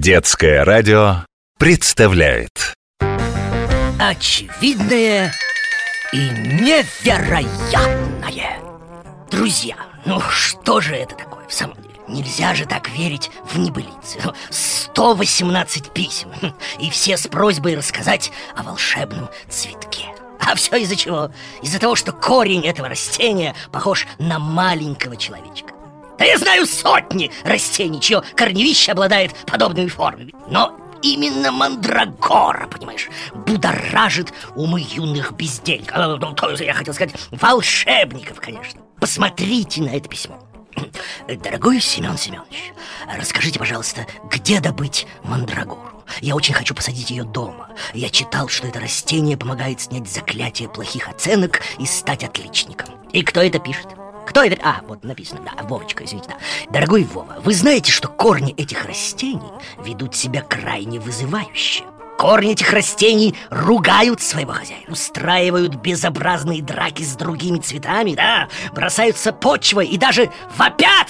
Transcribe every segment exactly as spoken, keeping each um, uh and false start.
Детское радио представляет Очевидное и невероятное. Друзья, ну что же это такое в самом деле? Нельзя же так верить в небылицы. сто восемнадцать писем, и все с просьбой рассказать о волшебном цветке. А все из-за чего? Из-за того, что корень этого растения похож на маленького человечка. Да я знаю сотни растений, чье корневище обладает подобными формами. Но именно мандрагора, понимаешь, будоражит умы юных бездельников. Я хотел сказать, волшебников, конечно. Посмотрите на это письмо. Дорогой Семен Семенович, расскажите, пожалуйста, где добыть мандрагору? Я очень хочу посадить ее дома. Я читал, что это растение помогает снять заклятие плохих оценок и стать отличником. И кто это пишет? Кто это? А, вот написано, да, Вовочка, извините, да. Дорогой Вова, вы знаете, что корни этих растений ведут себя крайне вызывающе? Корни этих растений ругают своего хозяина, устраивают безобразные драки с другими цветами, да, бросаются почвой и даже вопят.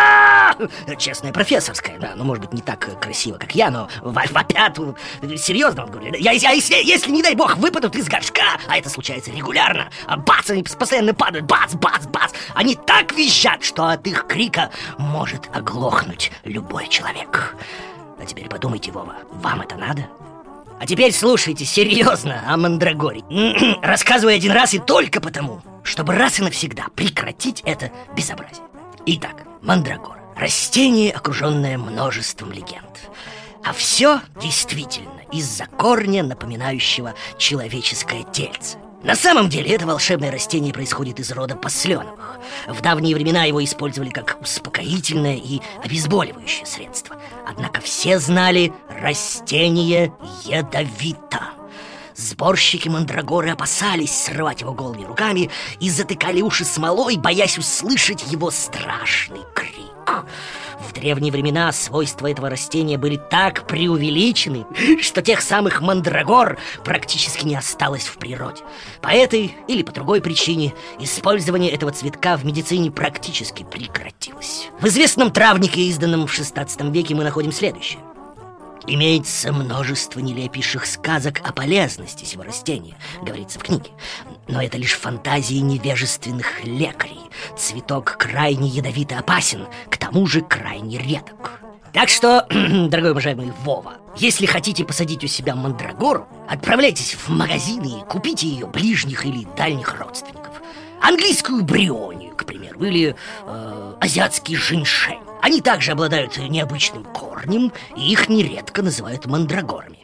А-а-а! Честная профессорская, да, ну, может быть, не так красиво, как я, но вопят, серьезно вам говорю. Я, я, если, если, не дай бог, выпадут из горшка, а это случается регулярно, а бац, они постоянно падают, бац, бац, бац, они так визжат, что от их крика может оглохнуть любой человек. А теперь подумайте, Вова, вам это надо? А теперь слушайте серьезно о мандрагоре. Рассказываю один раз и только потому, чтобы раз и навсегда прекратить это безобразие. Итак, мандрагора. Растение, окруженное множеством легенд. А все действительно из-за корня, напоминающего человеческое тельце. На самом деле это волшебное растение происходит из рода посленовых. В давние времена его использовали как успокоительное и обезболивающее средство. Однако все знали, растение ядовито. Сборщики мандрагоры опасались срывать его голыми руками и затыкали уши смолой, боясь услышать его страшный крик. В древние времена свойства этого растения были так преувеличены, что тех самых мандрагор практически не осталось в природе. По этой или по другой причине использование этого цветка в медицине практически прекратилось. В известном травнике, изданном в шестнадцатом веке, мы находим следующее. Имеется множество нелепейших сказок о полезности сего растения, говорится в книге. Но это лишь фантазии невежественных лекарей. Цветок крайне ядовито опасен, к тому же крайне редок. Так что, дорогой уважаемый Вова, если хотите посадить у себя мандрагору, отправляйтесь в магазины и купите ее ближних или дальних родственников. Английскую брионию, к примеру, или э, азиатский женьшень. Они также обладают необычным корнем, и их нередко называют мандрагорами.